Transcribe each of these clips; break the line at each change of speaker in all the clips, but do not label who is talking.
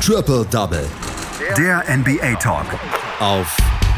Triple Double.
Der NBA Talk.
Auf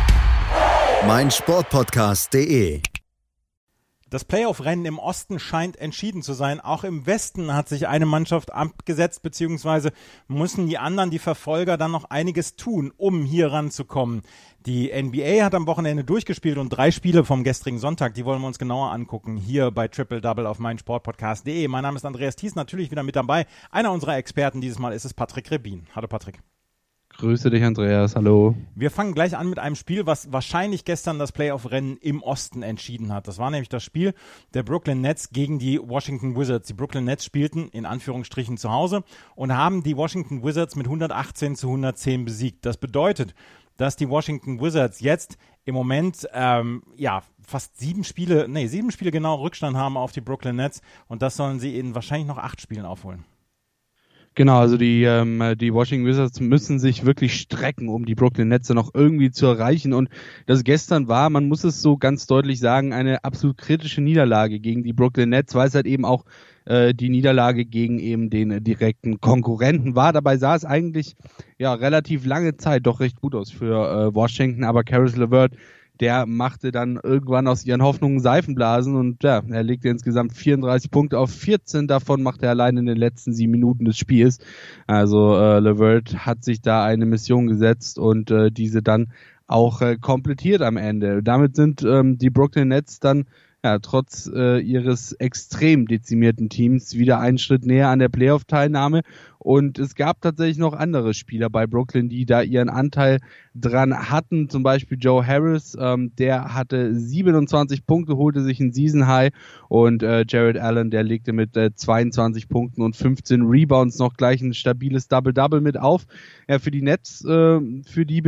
meinsportpodcast.de.
Das Playoff-Rennen im Osten scheint entschieden zu sein. Auch im Westen hat sich eine Mannschaft abgesetzt, beziehungsweise müssen die anderen, die Verfolger, dann noch einiges tun, um hier ranzukommen. Die NBA hat am Wochenende durchgespielt und 3 Spiele vom gestrigen Sonntag, die wollen wir uns genauer angucken, hier bei Triple Double auf meinsportpodcast.de. Mein Name ist Andreas Thies, natürlich wieder mit dabei. Einer unserer Experten dieses Mal ist es Patrick Rebin. Hallo Patrick.
Grüße dich, Andreas. Hallo.
Wir fangen gleich an mit einem Spiel, was wahrscheinlich gestern das Playoff-Rennen im Osten entschieden hat. Das war nämlich das Spiel der Brooklyn Nets gegen die Washington Wizards. Die Brooklyn Nets spielten in Anführungsstrichen zu Hause und haben die Washington Wizards mit 118-110 besiegt. Das bedeutet, dass die Washington Wizards jetzt im Moment fast 7 Spiele genau Rückstand haben auf die Brooklyn Nets und das sollen sie in wahrscheinlich noch 8 Spielen aufholen.
Genau, also die Washington Wizards müssen sich wirklich strecken, um die Brooklyn Nets noch irgendwie zu erreichen. Und das gestern war, man muss es so ganz deutlich sagen, eine absolut kritische Niederlage gegen die Brooklyn Nets, weil es halt eben auch die Niederlage gegen eben den direkten Konkurrenten war. Dabei sah es eigentlich relativ lange Zeit doch recht gut aus für Washington, aber Caris LeVert, der machte dann irgendwann aus ihren Hoffnungen Seifenblasen und er legte insgesamt 34 Punkte auf, 14 davon machte er allein in den letzten 7 Minuten des Spiels. Also LeVert hat sich da eine Mission gesetzt und diese dann auch komplettiert am Ende. Damit sind die Brooklyn Nets dann trotz ihres extrem dezimierten Teams wieder einen Schritt näher an der Playoff-Teilnahme. Und es gab tatsächlich noch andere Spieler bei Brooklyn, die da ihren Anteil dran hatten. Zum Beispiel Joe Harris, der hatte 27 Punkte, holte sich ein Season High. Und Jared Allen, der legte mit 22 Punkten und 15 Rebounds noch gleich ein stabiles Double-Double mit auf. Ja, für die Nets, für die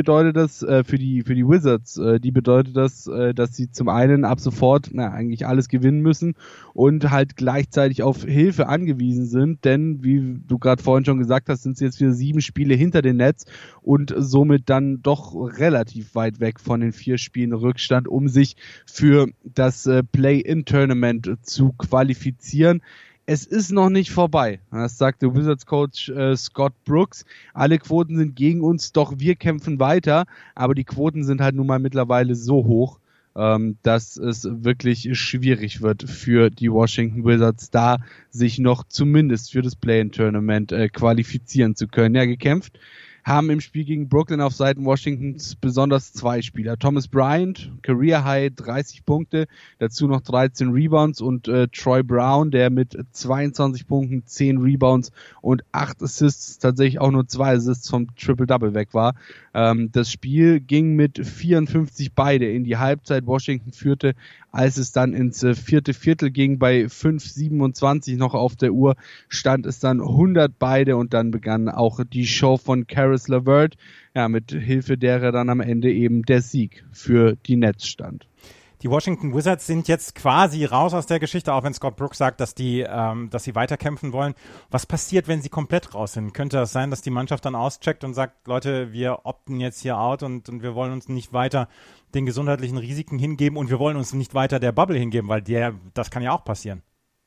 Wizards, die bedeutet das, dass sie zum einen ab sofort eigentlich alles gewinnen müssen und halt gleichzeitig auf Hilfe angewiesen sind, denn wie du gerade vorhin schon gesagt hast, sind sie jetzt wieder 7 Spiele hinter den Nets und somit dann doch relativ weit weg von den 4 Spielen Rückstand, um sich für das Play-In-Tournament zu qualifizieren. Es ist noch nicht vorbei. Das sagte Wizards-Coach Scott Brooks. Alle Quoten sind gegen uns, doch wir kämpfen weiter. Aber die Quoten sind halt nun mal mittlerweile so hoch, dass es wirklich schwierig wird für die Washington Wizards, da sich noch zumindest für das Play-In-Tournament qualifizieren zu können. Ja, gekämpft haben im Spiel gegen Brooklyn auf Seiten Washingtons besonders 2 Spieler. Thomas Bryant, Career High, 30 Punkte, dazu noch 13 Rebounds und Troy Brown, der mit 22 Punkten, 10 Rebounds und 8 Assists, tatsächlich auch nur 2 Assists vom Triple-Double weg war. Das Spiel ging mit 54 beide in die Halbzeit. Washington führte, als es dann ins 4. Viertel ging, bei 5:27 noch auf der Uhr, stand es dann 100 beide und dann begann auch die Show von Caris LeVert, mit Hilfe derer dann am Ende eben der Sieg für die Nets stand.
Die Washington Wizards sind jetzt quasi raus aus der Geschichte, auch wenn Scott Brooks sagt, dass sie weiterkämpfen wollen. Was passiert, wenn sie komplett raus sind? Könnte das sein, dass die Mannschaft dann auscheckt und sagt, Leute, wir opten jetzt hier out und wir wollen uns nicht weiter den gesundheitlichen Risiken hingeben und wir wollen uns nicht weiter der Bubble hingeben, weil das kann ja auch passieren.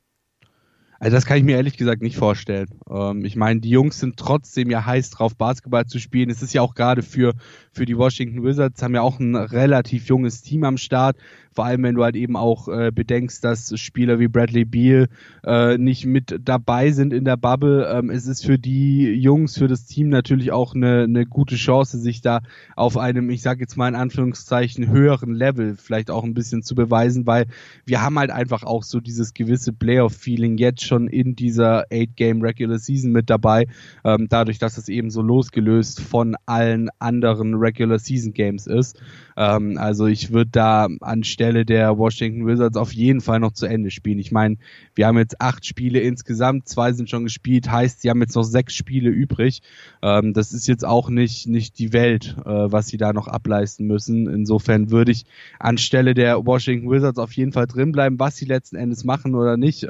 Also das kann ich mir ehrlich gesagt nicht vorstellen. Ich meine, die Jungs sind trotzdem ja heiß drauf, Basketball zu spielen. Es ist ja auch gerade für die Washington Wizards, haben ja auch ein relativ junges Team am Start. Vor allem, wenn du halt eben auch bedenkst, dass Spieler wie Bradley Beal nicht mit dabei sind in der Bubble. Es ist für die Jungs, für das Team natürlich auch eine gute Chance, sich da auf einem, ich sage jetzt mal in Anführungszeichen, höheren Level vielleicht auch ein bisschen zu beweisen, weil wir haben halt einfach auch so dieses gewisse Playoff-Feeling jetzt schon in dieser 8-Game Regular Season mit dabei, dadurch, dass es eben so losgelöst von allen anderen Regular Season Games ist. Also ich würde da anstelle der Washington Wizards auf jeden Fall noch zu Ende spielen. Ich meine, wir haben jetzt 8 Spiele insgesamt, 2 sind schon gespielt, heißt, sie haben jetzt noch 6 Spiele übrig. Das ist jetzt auch nicht die Welt, was sie da noch ableisten müssen. Insofern würde ich anstelle der Washington Wizards auf jeden Fall drinbleiben, was sie letzten Endes machen oder nicht.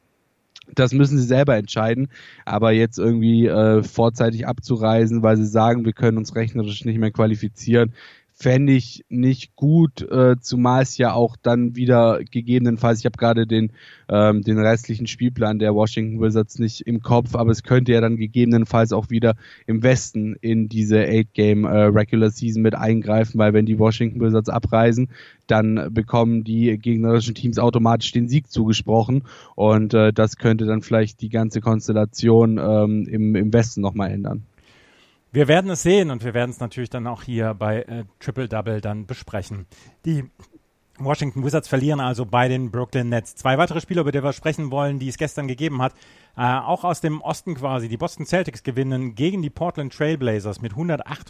Das müssen sie selber entscheiden, aber jetzt irgendwie vorzeitig abzureisen, weil sie sagen, wir können uns rechnerisch nicht mehr qualifizieren, fände ich nicht gut, zumal es ja auch dann wieder gegebenenfalls, ich habe gerade den restlichen Spielplan der Washington Wizards nicht im Kopf, aber es könnte ja dann gegebenenfalls auch wieder im Westen in diese 8-Game Regular Season mit eingreifen, weil wenn die Washington Wizards abreisen, dann bekommen die gegnerischen Teams automatisch den Sieg zugesprochen und das könnte dann vielleicht die ganze Konstellation im Westen nochmal ändern.
Wir werden es sehen und wir werden es natürlich dann auch hier bei Triple Double dann besprechen. Die Washington Wizards verlieren also bei den Brooklyn Nets. 2 weitere Spiele, über die wir sprechen wollen, die es gestern gegeben hat, auch aus dem Osten quasi. Die Boston Celtics gewinnen gegen die Portland Trail Blazers mit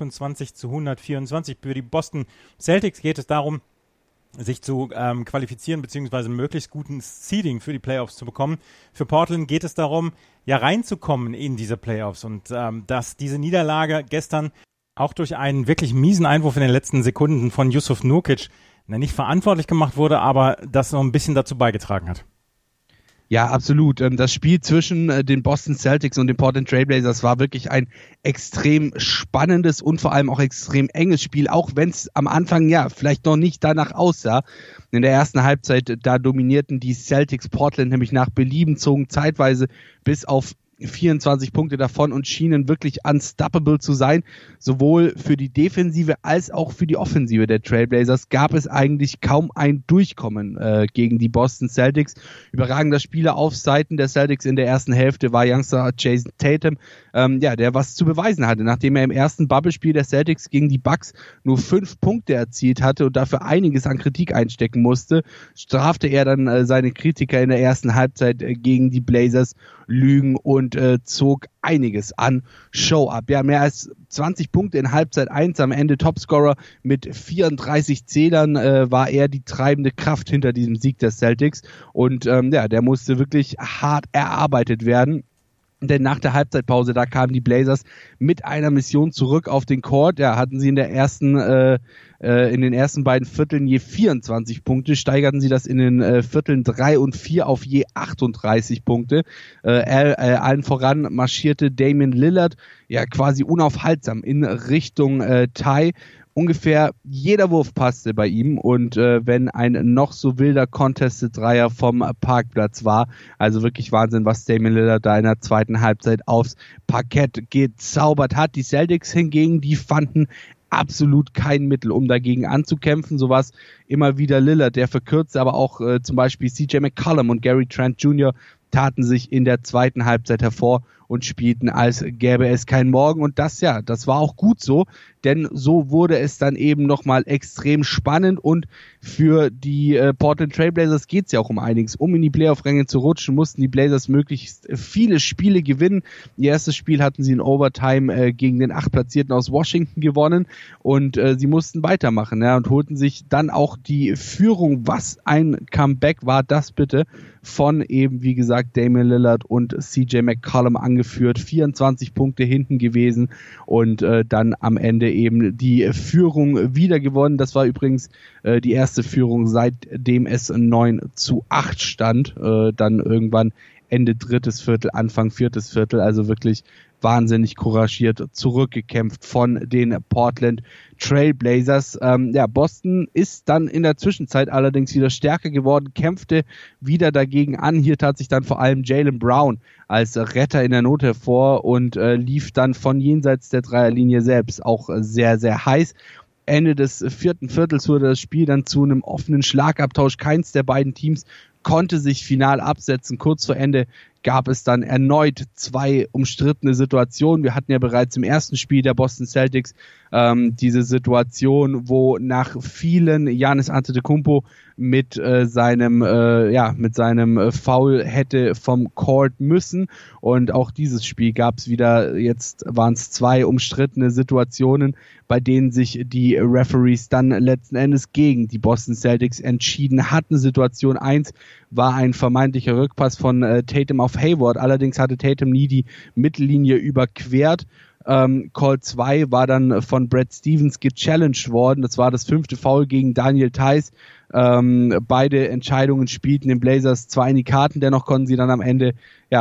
128-124. Für die Boston Celtics geht es darum, sich zu qualifizieren bzw. möglichst guten Seeding für die Playoffs zu bekommen. Für Portland geht es darum, ja reinzukommen in diese Playoffs und dass diese Niederlage gestern auch durch einen wirklich miesen Einwurf in den letzten Sekunden von Jusuf Nurkic nicht verantwortlich gemacht wurde, aber das noch ein bisschen dazu beigetragen hat.
Ja, absolut. Das Spiel zwischen den Boston Celtics und den Portland Trail Blazers war wirklich ein extrem spannendes und vor allem auch extrem enges Spiel, auch wenn es am Anfang ja vielleicht noch nicht danach aussah. In der ersten Halbzeit, da dominierten die Celtics Portland nämlich nach Belieben, zogen zeitweise bis auf 24 Punkte davon und schienen wirklich unstoppable zu sein. Sowohl für die Defensive als auch für die Offensive der Trailblazers gab es eigentlich kaum ein Durchkommen gegen die Boston Celtics. Überragender Spieler auf Seiten der Celtics in der ersten Hälfte war Youngster Jason Tatum, der was zu beweisen hatte. Nachdem er im ersten Bubble-Spiel der Celtics gegen die Bucks nur 5 Punkte erzielt hatte und dafür einiges an Kritik einstecken musste, strafte er dann seine Kritiker in der ersten Halbzeit gegen die Blazers Lügen und zog einiges an Show ab. Ja, mehr als 20 Punkte in Halbzeit 1, am Ende Topscorer mit 34 Zählern war er die treibende Kraft hinter diesem Sieg der Celtics und der musste wirklich hart erarbeitet werden. Denn nach der Halbzeitpause, da kamen die Blazers mit einer Mission zurück auf den Court. Ja, hatten sie in den ersten beiden Vierteln je 24 Punkte, steigerten sie das in den Vierteln 3 und 4 auf je 38 Punkte. Allen voran marschierte Damian Lillard ja quasi unaufhaltsam in Richtung Tie. Ungefähr jeder Wurf passte bei ihm und wenn ein noch so wilder Contested-Dreier vom Parkplatz war, also wirklich Wahnsinn, was Damian Lillard da in der zweiten Halbzeit aufs Parkett gezaubert hat. Die Celtics hingegen, die fanden absolut kein Mittel, um dagegen anzukämpfen. So war es immer wieder Lillard, der verkürzte, aber auch zum Beispiel CJ McCollum und Gary Trent Jr. taten sich in der zweiten Halbzeit hervor und spielten, als gäbe es keinen Morgen. Und das war auch gut so, denn so wurde es dann eben nochmal extrem spannend und für die Portland Trail Blazers geht es ja auch um einiges. Um in die Playoff-Ränge zu rutschen, mussten die Blazers möglichst viele Spiele gewinnen. Ihr erstes Spiel hatten sie in Overtime gegen den 8-Platzierten aus Washington gewonnen und sie mussten weitermachen und holten sich dann auch die Führung. Was ein Comeback war das bitte von eben, wie gesagt, Damian Lillard und CJ McCollum angeführt. 24 Punkte hinten gewesen und dann am Ende eben die Führung wieder gewonnen. Das war übrigens die erste Führung, seitdem es 9-8 stand. Dann irgendwann Ende drittes Viertel, Anfang viertes Viertel. Also wirklich wahnsinnig couragiert zurückgekämpft von den Portland Trail Blazers. Boston ist dann in der Zwischenzeit allerdings wieder stärker geworden, kämpfte wieder dagegen an. Hier tat sich dann vor allem Jaylen Brown als Retter in der Not hervor und lief dann von jenseits der Dreierlinie selbst auch sehr, sehr heiß. Ende des vierten Viertels wurde das Spiel dann zu einem offenen Schlagabtausch. Keins der beiden Teams konnte sich final absetzen. Kurz vor Ende gab es dann erneut 2 umstrittene Situationen. Wir hatten ja bereits im ersten Spiel der Boston Celtics diese Situation, wo nach vielen Giannis Antetokounmpo mit seinem Foul hätte vom Court müssen. Und auch dieses Spiel gab es wieder, jetzt waren es 2 umstrittene Situationen, bei denen sich die Referees dann letzten Endes gegen die Boston Celtics entschieden hatten. Situation 1 war ein vermeintlicher Rückpass von Tatum auf Hayward. Allerdings hatte Tatum nie die Mittellinie überquert. Call 2 war dann von Brad Stevens gechallenged worden. Das war das 5. Foul gegen Daniel Theis. Beide Entscheidungen spielten den Blazers zwar in die Karten, dennoch konnten sie dann am Ende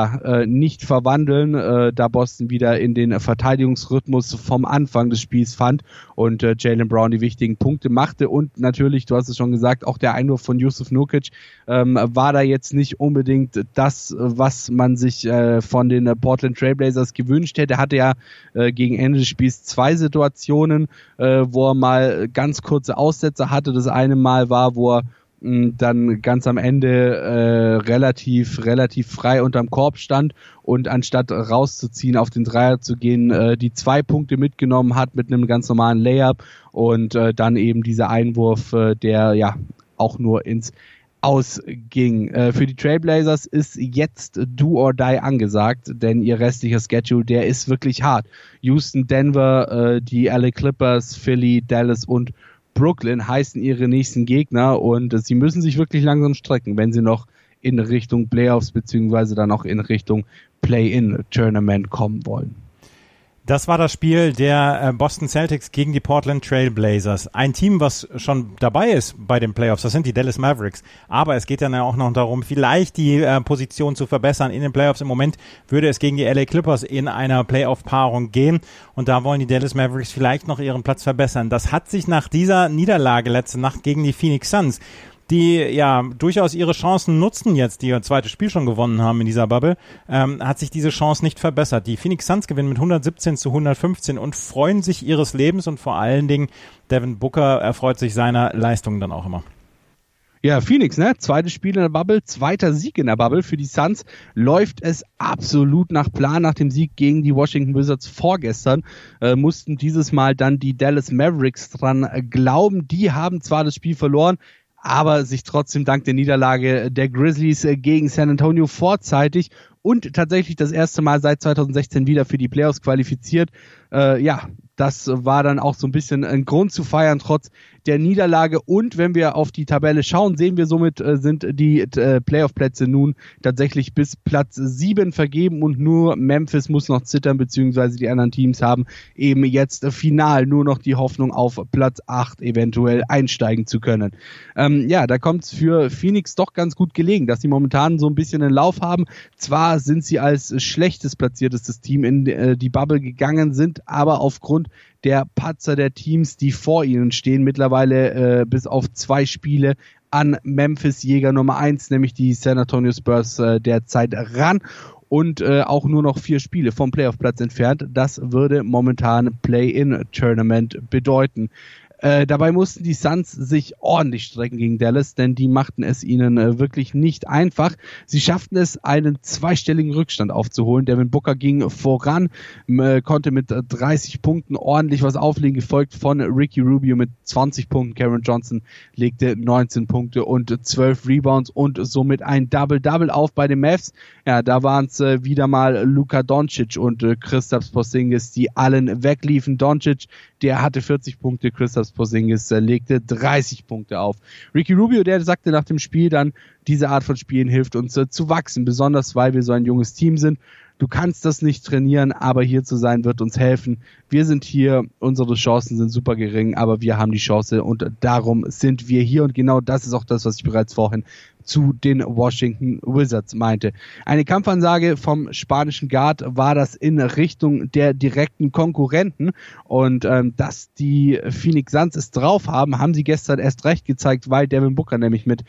nicht verwandeln, da Boston wieder in den Verteidigungsrhythmus vom Anfang des Spiels fand und Jaylen Brown die wichtigen Punkte machte und natürlich, du hast es schon gesagt, auch der Einwurf von Jusuf Nurkic war da jetzt nicht unbedingt das, was man sich von den Portland Trail Blazers gewünscht hätte. Er hatte ja gegen Ende des Spiels 2 Situationen, wo er mal ganz kurze Aussetzer hatte. Das eine Mal war, wo er dann ganz am Ende relativ frei unterm Korb stand und anstatt rauszuziehen, auf den Dreier zu gehen, die 2 Punkte mitgenommen hat mit einem ganz normalen Layup und dann eben dieser Einwurf, der auch nur ins Ausging. Für die Trailblazers ist jetzt Do or Die angesagt, denn ihr restlicher Schedule, der ist wirklich hart. Houston, Denver, die LA Clippers, Philly, Dallas und Brooklyn heißen ihre nächsten Gegner und sie müssen sich wirklich langsam strecken, wenn sie noch in Richtung Playoffs beziehungsweise dann auch in Richtung Play-in-Tournament kommen wollen.
Das war das Spiel der Boston Celtics gegen die Portland Trail Blazers. Ein Team, was schon dabei ist bei den Playoffs, das sind die Dallas Mavericks. Aber es geht dann ja auch noch darum, vielleicht die Position zu verbessern in den Playoffs. Im Moment würde es gegen die LA Clippers in einer Playoff-Paarung gehen. Und da wollen die Dallas Mavericks vielleicht noch ihren Platz verbessern. Das hat sich nach dieser Niederlage letzte Nacht gegen die Phoenix Suns, die ja durchaus ihre Chancen nutzen jetzt, die ihr zweites Spiel schon gewonnen haben in dieser Bubble, hat sich diese Chance nicht verbessert. Die Phoenix Suns gewinnen mit 117-115 und freuen sich ihres Lebens und vor allen Dingen Devin Booker erfreut sich seiner Leistungen dann auch immer.
Ja, Phoenix, ne? Zweites Spiel in der Bubble, zweiter Sieg in der Bubble. Für die Suns läuft es absolut nach Plan. Nach dem Sieg gegen die Washington Wizards vorgestern mussten dieses Mal dann die Dallas Mavericks dran glauben. Die haben zwar das Spiel verloren, aber sich trotzdem dank der Niederlage der Grizzlies gegen San Antonio vorzeitig und tatsächlich das erste Mal seit 2016 wieder für die Playoffs qualifiziert. Das war dann auch so ein bisschen ein Grund zu feiern, trotz der Niederlage. Und wenn wir auf die Tabelle schauen, sehen wir somit, sind die Playoff-Plätze nun tatsächlich bis Platz 7 vergeben und nur Memphis muss noch zittern, beziehungsweise die anderen Teams haben eben jetzt final nur noch die Hoffnung auf Platz 8 eventuell einsteigen zu können. Da kommt es für Phoenix doch ganz gut gelegen, dass sie momentan so ein bisschen einen Lauf haben. Zwar sind sie als schlechtes platziertes Team in die Bubble gegangen, sind aber aufgrund der Patzer der Teams, die vor ihnen stehen, mittlerweile bis auf 2 Spiele an Memphis Jäger Nummer 1, nämlich die San Antonio Spurs derzeit ran und auch nur noch 4 Spiele vom Playoff-Platz entfernt. Das würde momentan Play-in-Tournament bedeuten. Dabei mussten die Suns sich ordentlich strecken gegen Dallas, denn die machten es ihnen wirklich nicht einfach. Sie schafften es, einen 2-stelligen Rückstand aufzuholen. Devin Booker ging voran, konnte mit 30 Punkten ordentlich was auflegen, gefolgt von Ricky Rubio mit 20 Punkten. Cameron Johnson legte 19 Punkte und 12 Rebounds und somit ein Double-Double auf bei den Mavs. Ja, da waren es wieder mal Luka Doncic und Kristaps Porzingis, die allen wegliefen. Doncic, der hatte 40 Punkte, Kristaps Porzingis legte 30 Punkte auf. Ricky Rubio, der sagte nach dem Spiel dann, diese Art von Spielen hilft uns zu wachsen, besonders weil wir so ein junges Team sind. Du kannst das nicht trainieren, aber hier zu sein wird uns helfen. Wir sind hier, unsere Chancen sind super gering, aber wir haben die Chance und darum sind wir hier und genau das ist auch das, was ich bereits vorhin zu den Washington Wizards meinte. Eine Kampfansage vom spanischen Guard war das in Richtung der direkten Konkurrenten und dass die Phoenix Suns es drauf haben, haben sie gestern erst recht gezeigt, weil Devin Booker nämlich mit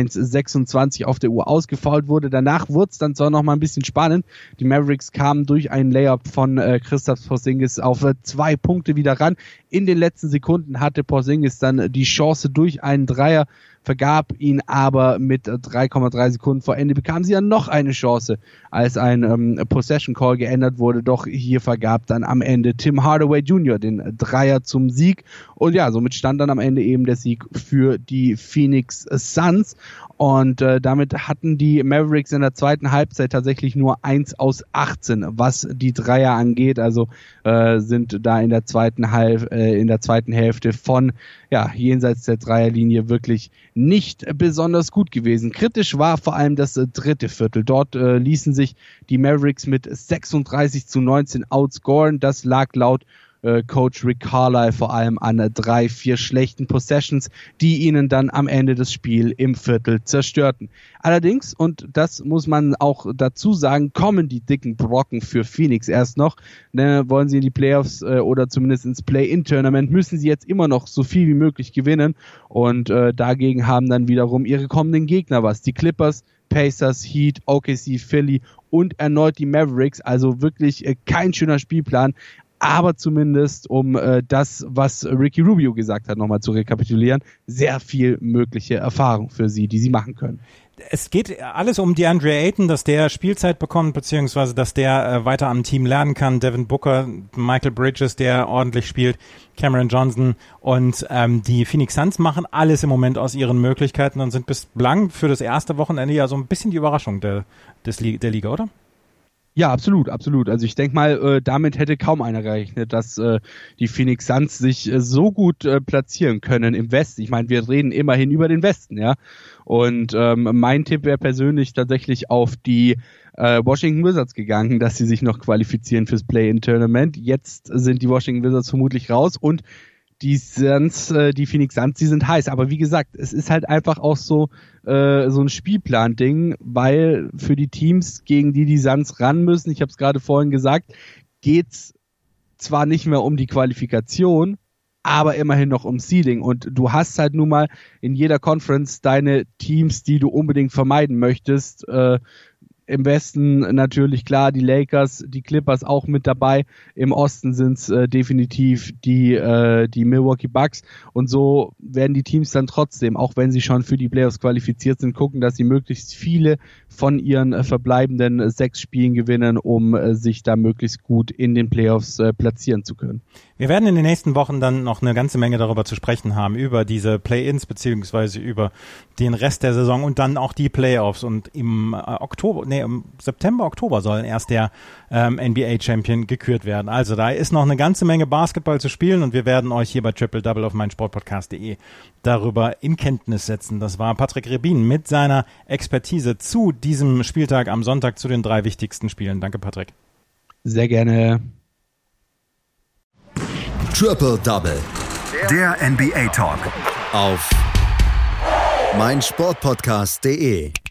1,26 auf der Uhr ausgefoult wurde. Danach wurde es dann zwar noch mal ein bisschen spannend. Die Mavericks kamen durch einen Layup von Kristaps Porzingis auf 2 Punkte wieder ran. In den letzten Sekunden hatte Porzingis dann die Chance durch einen Dreier, vergab ihn aber mit 3,3 Sekunden vor Ende, bekam sie ja noch eine Chance, als ein Possession Call geändert wurde, doch hier vergab dann am Ende Tim Hardaway Jr. den Dreier zum Sieg und ja, somit stand dann am Ende eben der Sieg für die Phoenix Suns und damit hatten die Mavericks in der zweiten Halbzeit tatsächlich nur 1 aus 18, was die Dreier angeht, also sind da in der zweiten Hälfte von jenseits der Dreierlinie wirklich nicht besonders gut gewesen. Kritisch war vor allem das dritte Viertel. Dort ließen sich die Mavericks mit 36-19 outscoren. Das lag laut Coach Rick Carlisle vor allem an 3-4 schlechten Possessions, die ihnen dann am Ende des Spiels im Viertel zerstörten. Allerdings, und das muss man auch dazu sagen, kommen die dicken Brocken für Phoenix erst noch. Wollen sie in die Playoffs oder zumindest ins Play-In-Tournament, müssen sie jetzt immer noch so viel wie möglich gewinnen. Und dagegen haben dann wiederum ihre kommenden Gegner was. Die Clippers, Pacers, Heat, OKC, Philly und erneut die Mavericks. Also wirklich kein schöner Spielplan. Aber zumindest, um das, was Ricky Rubio gesagt hat, nochmal zu rekapitulieren, sehr viel mögliche Erfahrung für sie, die sie machen können.
Es geht alles um DeAndre Ayton, dass der Spielzeit bekommt, beziehungsweise dass der weiter am Team lernen kann. Devin Booker, Michael Bridges, der ordentlich spielt, Cameron Johnson und die Phoenix Suns machen alles im Moment aus ihren Möglichkeiten und sind bislang für das erste Wochenende ja so ein bisschen die Überraschung der Liga, oder?
Ja, absolut, absolut. Also ich denke mal, damit hätte kaum einer gerechnet, dass die Phoenix Suns sich so gut platzieren können im Westen. Ich meine, wir reden immerhin über den Westen, ja. Und mein Tipp wäre persönlich tatsächlich auf die Washington Wizards gegangen, dass sie sich noch qualifizieren fürs Play-In-Tournament. Jetzt sind die Washington Wizards vermutlich raus und die Suns, die Phoenix Suns, die sind heiß. Aber wie gesagt, es ist halt einfach auch so ein Spielplan-Ding, weil für die Teams, gegen die Suns ran müssen, ich habe es gerade vorhin gesagt, geht's zwar nicht mehr um die Qualifikation, aber immerhin noch um Seeding. Und du hast halt nun mal in jeder Conference deine Teams, die du unbedingt vermeiden möchtest. Im Westen natürlich klar die Lakers, die Clippers auch mit dabei. Im Osten sind es definitiv die Milwaukee Bucks. Und so werden die Teams dann trotzdem, auch wenn sie schon für die Playoffs qualifiziert sind, gucken, dass sie möglichst viele von ihren verbleibenden 6 Spielen gewinnen, um sich da möglichst gut in den Playoffs platzieren zu können.
Wir werden in den nächsten Wochen dann noch eine ganze Menge darüber zu sprechen haben, über diese Play-Ins beziehungsweise über den Rest der Saison und dann auch die Playoffs. Und im September, Oktober sollen erst der NBA-Champion gekürt werden. Also da ist noch eine ganze Menge Basketball zu spielen und wir werden euch hier bei Triple Double auf meinsportpodcast.de darüber in Kenntnis setzen. Das war Patrick Rebin mit seiner Expertise zu diesem Spieltag am Sonntag zu den 3 wichtigsten Spielen. Danke, Patrick.
Sehr gerne.
Triple Double.
Der NBA Talk.
Auf meinsportpodcast.de